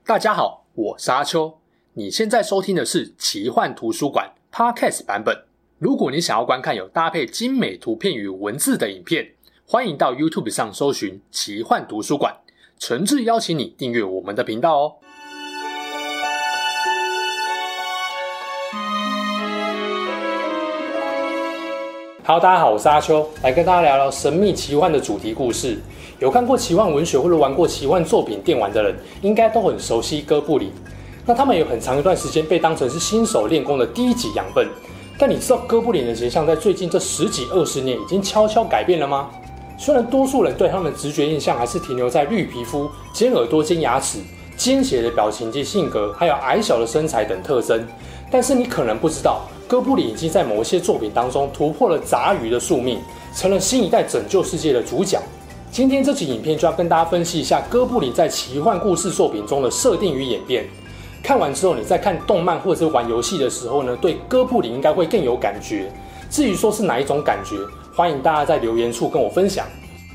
大家好，我是阿秋。你现在收听的是奇幻图书馆 Podcast 版本。如果你想要观看有搭配精美图片与文字的影片，欢迎到 YouTube 上搜寻奇幻图书馆，诚挚邀请你订阅我们的频道哦。Hello， 大家好，我是阿秋，来跟大家聊聊神秘奇幻的主题故事。有看过奇幻文学或者玩过奇幻作品电玩的人，应该都很熟悉哥布林。那他们有很长一段时间被当成是新手练功的第一级养分。但你知道哥布林的形象在最近这10几20年已经悄悄改变了吗？虽然多数人对他们的直觉印象还是停留在绿皮肤、尖耳朵、尖牙齿、尖斜的表情及性格，还有矮小的身材等特征，但是你可能不知道，哥布林已经在某些作品当中突破了杂鱼的宿命，成了新一代拯救世界的主角。今天这集影片就要跟大家分析一下哥布林在奇幻故事作品中的设定与演变。看完之后，你在看动漫或者是玩游戏的时候呢，对哥布林应该会更有感觉。至于说是哪一种感觉，欢迎大家在留言处跟我分享。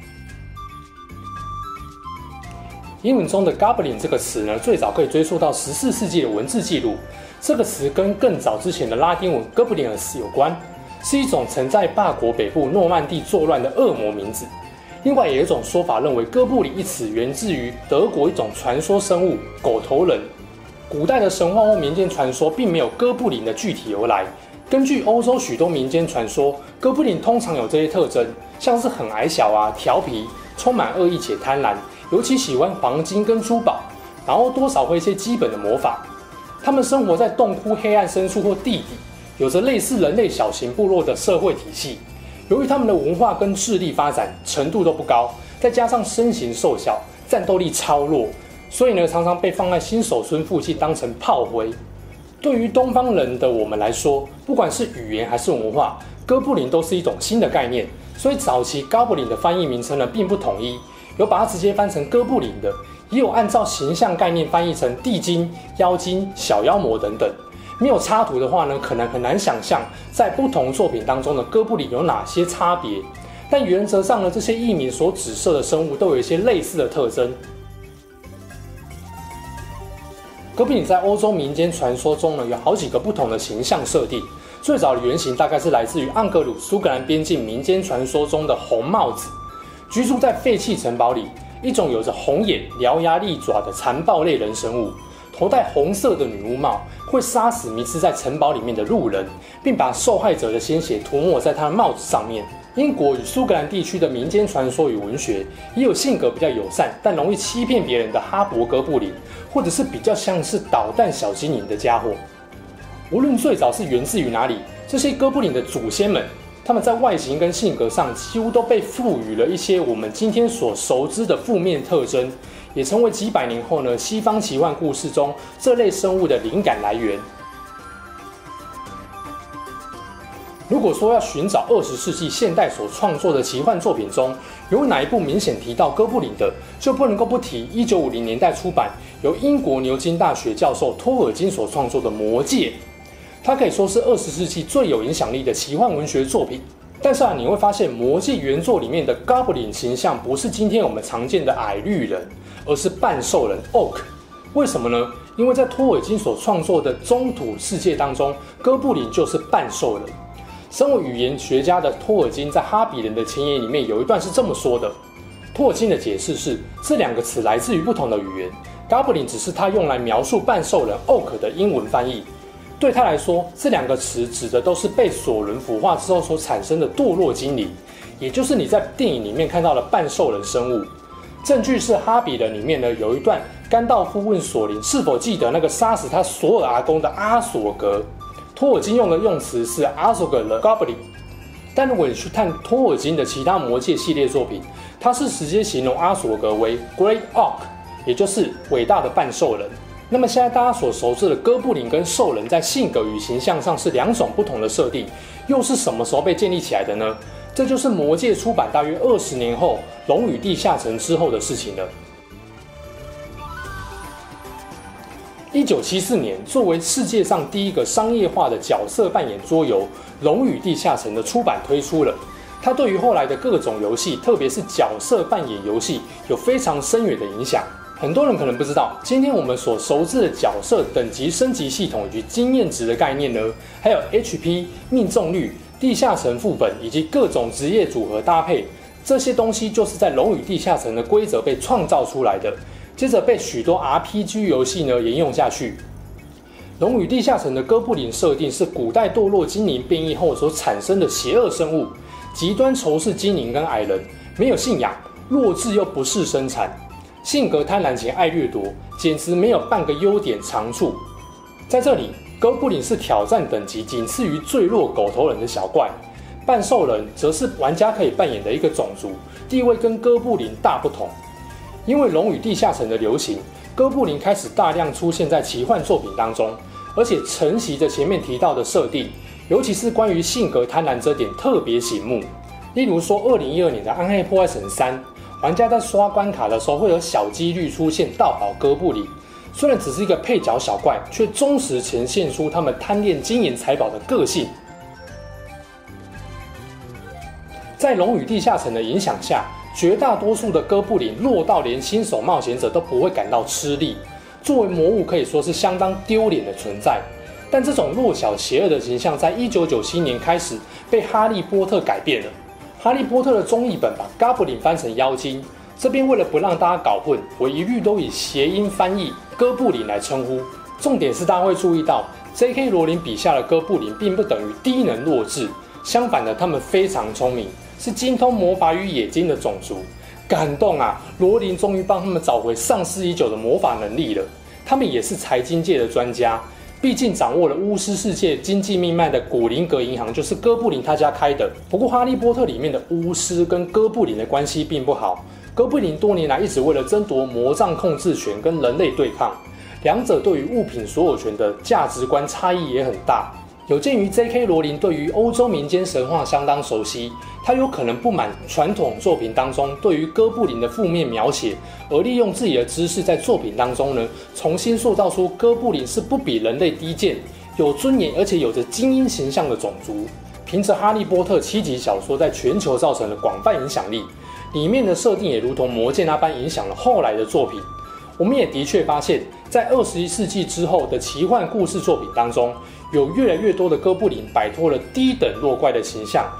英文中的 Goblin 这个词呢，最早可以追溯到14世纪的文字记录。这个词跟更早之前的拉丁文 Goblins 有关，是一种曾在法国北部诺曼底作乱的恶魔名字。另外，也有一种说法认为哥布林一词源自于德国一种传说生物狗头人。古代的神话或民间传说并没有哥布林的具体由来。根据欧洲许多民间传说，哥布林通常有这些特征，像是很矮小调皮，充满恶意且贪婪，尤其喜欢黄金跟珠宝，然后多少会一些基本的魔法。他们生活在洞窟、黑暗深处或地底，有着类似人类小型部落的社会体系。由于他们的文化跟智力发展程度都不高，再加上身形瘦小，战斗力超弱，所以呢，常常被放在新手村附近当成炮灰。对于东方人的我们来说，不管是语言还是文化，哥布林都是一种新的概念，所以早期 Goblin 的翻译名称呢并不统一，有把它直接翻成哥布林的，也有按照形象概念翻译成地精、妖精、小妖魔等等。没有插图的话呢，可能很难想象在不同作品当中的哥布林有哪些差别。但原则上呢，这些译名所指涉的生物都有一些类似的特征。哥布林在欧洲民间传说中呢，有好几个不同的形象设定。最早的原型大概是来自于盎格鲁苏格兰边境民间传说中的红帽子，居住在废弃城堡里，一种有着红眼、獠牙利爪的残暴类人生物。头戴红色的女巫帽，会杀死迷失在城堡里面的路人，并把受害者的鲜血涂抹在他的帽子上面。英国与苏格兰地区的民间传说与文学，也有性格比较友善但容易欺骗别人的哈勃哥布林，或者是比较像是捣蛋小精灵的家伙。无论最早是源自于哪里，这些哥布林的祖先们，他们在外形跟性格上几乎都被赋予了一些我们今天所熟知的负面特征，也成为几百年后呢西方奇幻故事中这类生物的灵感来源。如果说要寻找20世纪现代所创作的奇幻作品中有哪一部明显提到哥布林的，就不能够不提1950年代出版由英国牛津大学教授托尔金所创作的《魔戒》。它可以说是20世纪最有影响力的奇幻文学作品。但是你会发现《魔戒》原作里面的 Goblin 形象不是今天我们常见的矮绿人，而是半兽人 Orc。 为什么呢？因为在托尔金所创作的中土世界当中，哥布林就是半兽人。身为语言学家的托尔金在《哈比人》的前言里面有一段是这么说的。托尔金的解释是，这两个词来自于不同的语言， Goblin 只是他用来描述半兽人 Orc 的英文翻译。对他来说，这两个词指的都是被索伦腐化之后所产生的堕落精灵，也就是你在电影里面看到的半兽人生物。证据是《哈比人》里面呢有一段，甘道夫问索林是否记得那个杀死他索尔阿公的阿索格，托尔金用的用词是 Azog the Goblin。 但如果你去看托尔金的其他魔戒系列作品，他是直接形容阿索格为 Great Orc， 也就是伟大的半兽人。那么现在大家所熟知的哥布林跟兽人在性格与形象上是两种不同的设定，又是什么时候被建立起来的呢？这就是魔戒出版大约20年后《龙与地下城》之后的事情了。1974年，作为世界上第一个商业化的角色扮演桌游《龙与地下城》的出版推出了。它对于后来的各种游戏，特别是角色扮演游戏，有非常深远的影响。 很多人可能不知道，今天我们所熟知的角色等级升级系统以及经验值的概念呢，还有 HP、命中率、地下城副本以及各种职业组合搭配，这些东西就是在龙与地下城的规则被创造出来的，接着被许多 RPG 游戏呢沿用下去。龙与地下城的哥布林设定是古代堕落精灵变异后所产生的邪恶生物，极端仇视精灵跟矮人，没有信仰，弱智又不事生产。性格贪婪且爱掠夺，简直没有半个优点长处。在这里，哥布林是挑战等级仅次于最弱狗头人的小怪，半兽人则是玩家可以扮演的一个种族，地位跟哥布林大不同。因为龙与地下城的流行，哥布林开始大量出现在奇幻作品当中，而且承袭着前面提到的设定，尤其是关于性格贪婪这点特别醒目。例如说，2012年的《暗黑破坏神3》。玩家在刷关卡的时候会有小几率出现盗宝哥布林，虽然只是一个配角小怪，却忠实呈现出他们贪恋金银财宝的个性。在龙与地下城的影响下，绝大多数的哥布林弱到连新手冒险者都不会感到吃力，作为魔物可以说是相当丢脸的存在。但这种弱小邪恶的形象，在1997年开始被哈利波特改变了。哈利波特的中译本把哥布林翻成妖精，这边为了不让大家搞混，我一律都以谐音翻译哥布林来称呼。重点是大家会注意到 ，J.K. 罗琳笔下的哥布林并不等于低能弱智，相反的，他们非常聪明，是精通魔法与冶金的种族。感动啊！罗琳终于帮他们找回丧失已久的魔法能力了。他们也是财经界的专家。毕竟掌握了巫师世界经济命脉的古灵阁银行就是哥布林他家开的。不过，《哈利波特》里面的巫师跟哥布林的关系并不好。哥布林多年来一直为了争夺魔杖控制权跟人类对抗，两者对于物品所有权的价值观差异也很大。有鉴于 J.K. 罗琳对于欧洲民间神话相当熟悉，他有可能不满传统作品当中对于哥布林的负面描写，而利用自己的知识在作品当中呢，重新塑造出哥布林是不比人类低贱、有尊严而且有着精英形象的种族。凭着《哈利波特》7集小说在全球造成的广泛影响力，里面的设定也如同魔戒那般影响了后来的作品。我们也的确发现，在21世纪之后的奇幻故事作品当中，有越来越多的哥布林摆脱了低等弱怪的形象，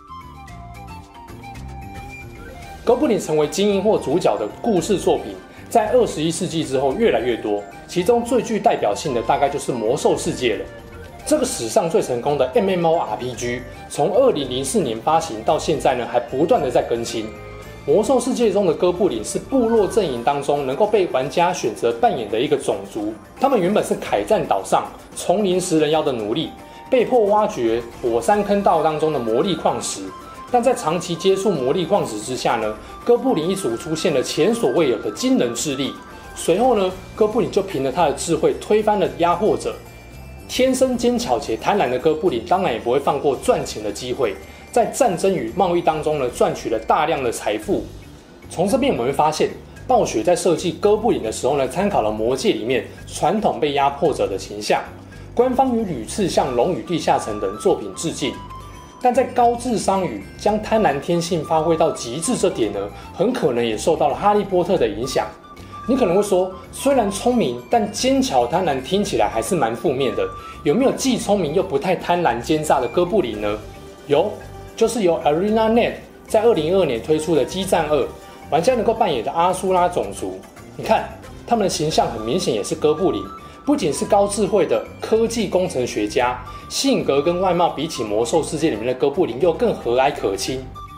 哥布林成为精英或主角的故事作品，在21世纪之后越来越多，其中最具代表性的大概就是魔兽世界了。这个史上最成功的 MMORPG， 从2004年发行到现在呢，还不断的在更新。魔兽世界中的哥布林是部落阵营当中能够被玩家选择扮演的一个种族。他们原本是凯赞岛上丛林食人妖的奴隶，被迫挖掘火山坑道当中的魔力矿石。但在长期接触魔力矿石之下呢，哥布林一族出现了前所未有的惊人智力。随后呢，哥布林就凭着他的智慧推翻了压迫者。天生奸巧且贪婪的哥布林当然也不会放过赚钱的机会。在战争与贸易当中呢，赚取了大量的财富。从这边我们会发现，暴雪在设计哥布林的时候呢，参考了魔戒里面传统被压迫者的形象。官方与屡次向《龙与地下城》等作品致敬，但在高智商与将贪婪天性发挥到极致这点呢，很可能也受到了《哈利波特》的影响。你可能会说，虽然聪明，但奸巧贪婪听起来还是蛮负面的。有没有既聪明又不太贪婪奸诈的哥布林呢？有。就是由 ArenaNet 在2012年推出的《激战2》，玩家能够扮演的阿苏拉种族。你看，他们的形象很明显也是哥布林，不仅是高智慧的科技工程学家，性格跟外貌比起魔兽世界里面的哥布林又更和蔼可亲。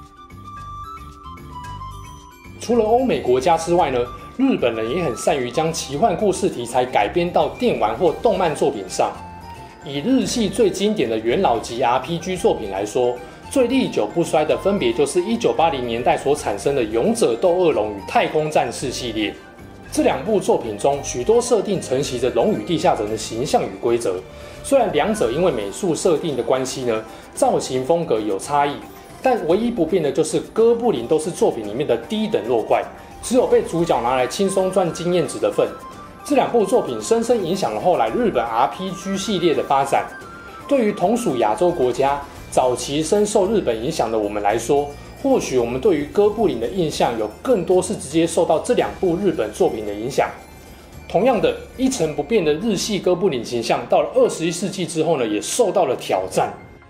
除了欧美国家之外呢，日本人也很善于将奇幻故事题材改编到电玩或动漫作品上。以日系最经典的元老级 RPG 作品来说，最历久不衰的分别就是1980年代所产生的《勇者斗恶龙》与《太空战士》系列。这两部作品中，许多设定承袭着《龙与地下城》的形象与规则。虽然两者因为美术设定的关系呢，造型风格有差异，但唯一不变的就是哥布林都是作品里面的低等弱怪，只有被主角拿来轻松赚经验值的份。这两部作品深深影响了后来日本 RPG 系列的发展。对于同属亚洲国家，早期深受日本影响的我们来说， 或许我们对于哥布林的印象有更多是直接受到这2部日本作品的影响。同样的，一成不变的日系哥布林形象，到了21世纪之后呢，也受到了挑战。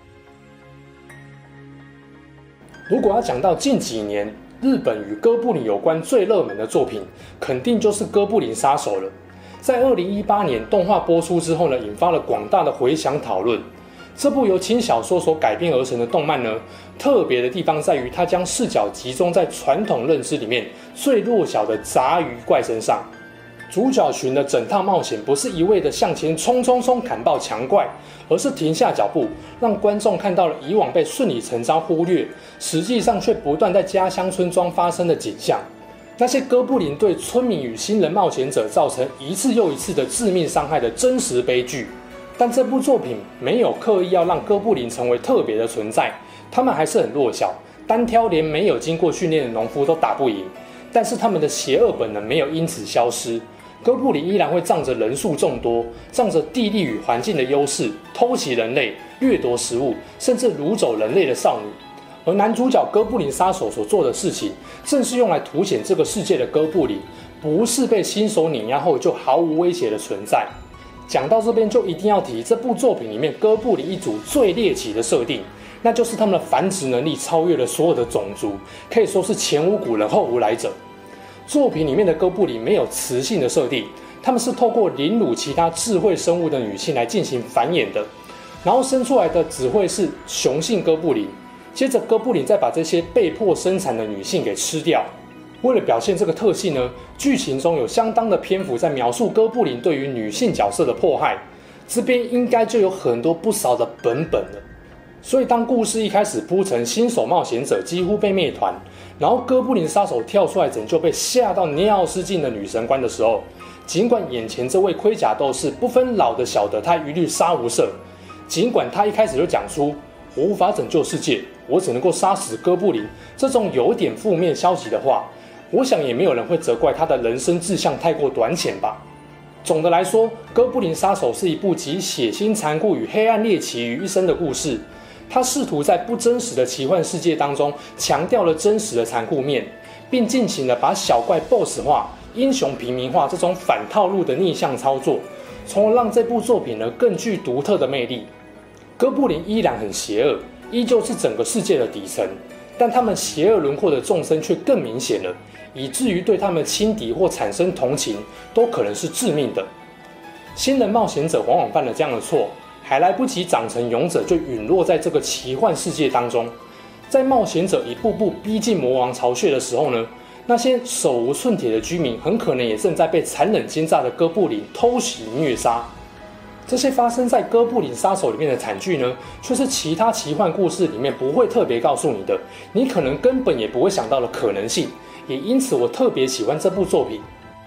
如果要讲到近几年日本与哥布林有关最热门的作品，肯定就是《哥布林杀手》了。在2018年动画播出之后呢，引发了广大的回响讨论。这部由轻小说所改编而成的动漫呢，特别的地方在于它将视角集中在传统认知里面最弱小的杂鱼怪身上。主角群的整趟冒险不是一味的向前冲砍爆强怪，而是停下脚步，让观众看到了以往被顺理成章忽略，实际上却不断在家乡村庄发生的景象。那些哥布林对村民与新人冒险者造成一次又一次的致命伤害的真实悲剧。但这部作品没有刻意要让哥布林成为特别的存在，他们还是很弱小，单挑连没有经过训练的农夫都打不赢。但是他们的邪恶本能没有因此消失，哥布林依然会仗着人数众多，仗着地利与环境的优势，偷袭人类，掠夺食物，甚至掳走人类的少女。而男主角哥布林杀手所做的事情，正是用来凸显这个世界的哥布林不是被新手碾压后就毫无威胁的存在。讲到这边，就一定要提这部作品里面哥布林一族最猎奇的设定，那就是他们的繁殖能力超越了所有的种族，可以说是前无古人后无来者。作品里面的哥布林没有雌性的设定，他们是透过凌辱其他智慧生物的女性来进行繁衍的，然后生出来的只会是雄性哥布林，接着哥布林再把这些被迫生产的女性给吃掉。为了表现这个特性呢，剧情中有相当的篇幅在描述哥布林对于女性角色的迫害，这边应该就有很多不少的本了。所以当故事一开始铺成新手冒险者几乎被灭团，然后哥布林杀手跳出来拯救被吓到尿失禁的女神官的时候，尽管眼前这位盔甲斗士不分老的小的，他一律杀无赦，尽管他一开始就讲出我无法拯救世界，我只能够杀死哥布林这种有点负面消极的话，我想也没有人会责怪他的人生志向太过短浅吧。总的来说，哥布林杀手是一部集血腥残酷与黑暗猎奇于一身的故事，他试图在不真实的奇幻世界当中强调了真实的残酷面，并进行了把小怪 BOSS 化、英雄平民化这种反套路的逆向操作，从而让这部作品呢更具独特的魅力。哥布林依然很邪恶，依旧是整个世界的底层，但他们邪恶轮廓的纵深却更明显了，以至于对他们轻敌或产生同情都可能是致命的。新人冒险者往往犯了这样的错，还来不及长成勇者就陨落在这个奇幻世界当中。在冒险者一步步逼近魔王巢穴的时候呢，那些手无寸铁的居民很可能也正在被残忍奸诈的哥布林偷袭虐杀。这些发生在哥布林杀手里面的惨剧呢，却是其他奇幻故事里面不会特别告诉你的，你可能根本也不会想到的可能性，也因此我特别喜欢这部作品。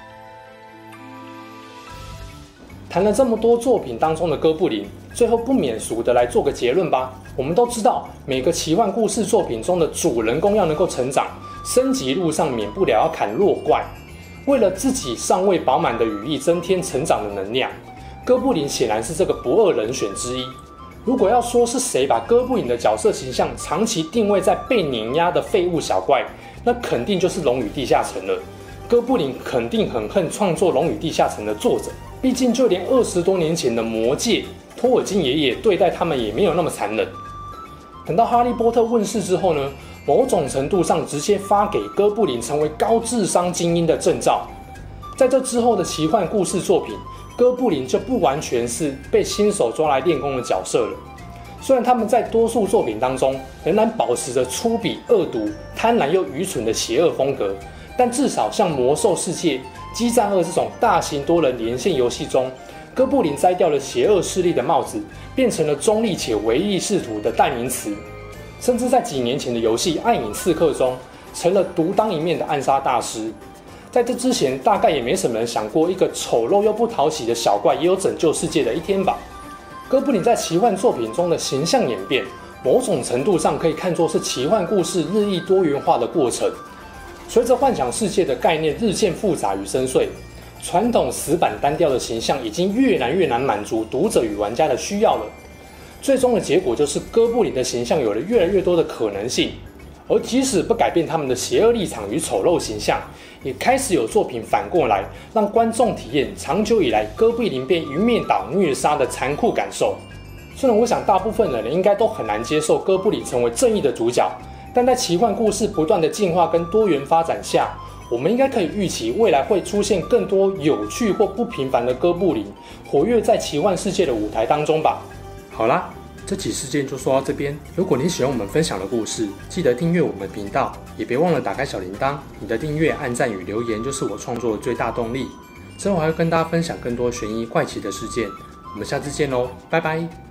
谈了这么多作品当中的哥布林，最后不免俗的来做个结论吧。我们都知道，每个奇幻故事作品中的主人公要能够成长，升级路上免不了要砍弱怪，为了自己尚未饱满的羽翼增添成长的能量。哥布林显然是这个不二人选之一。如果要说是谁把哥布林的角色形象长期定位在被碾压的废物小怪，那肯定就是《龙与地下城》了。哥布林肯定很恨创作《龙与地下城》的作者，毕竟就连20多年前的《魔戒》，托尔金爷爷对待他们也没有那么残忍。等到《哈利波特》问世之后呢，某种程度上直接发给哥布林成为高智商精英的证照。在这之后的奇幻故事作品，哥布林就不完全是被新手抓来练功的角色了。虽然他们在多数作品当中仍然保持着粗鄙、恶毒、贪婪又愚蠢的邪恶风格，但至少像《魔兽世界》、《激战2》这种大型多人连线游戏中，哥布林摘掉了邪恶势力的帽子，变成了中立且唯利是图的代名词。甚至在几年前的游戏《暗影刺客》中，成了独当一面的暗杀大师。在这之前，大概也没什么人想过，一个丑陋又不讨喜的小怪也有拯救世界的一天吧。哥布林在奇幻作品中的形象演变，某种程度上可以看作是奇幻故事日益多元化的过程。随着幻想世界的概念日渐复杂与深邃，传统死板单调的形象已经越来越难满足读者与玩家的需要了。最终的结果就是哥布林的形象有了越来越多的可能性， 而即使不改变他们的邪恶立场与丑陋形象，也开始有作品反过来让观众体验长久以来哥布林被一面倒虐杀的残酷感受。虽然我想大部分的人应该都很难接受哥布林成为正义的主角，但在奇幻故事不断的进化跟多元发展下，我们应该可以预期未来会出现更多有趣或不平凡的哥布林活跃在奇幻世界的舞台当中吧。好啦，这起事件就说到这边。如果你喜欢我们分享的故事，记得订阅我们频道，也别忘了打开小铃铛。你的订阅、按赞与留言就是我创作的最大动力。之后还会跟大家分享更多悬疑怪奇的事件。我们下次见喽，拜拜。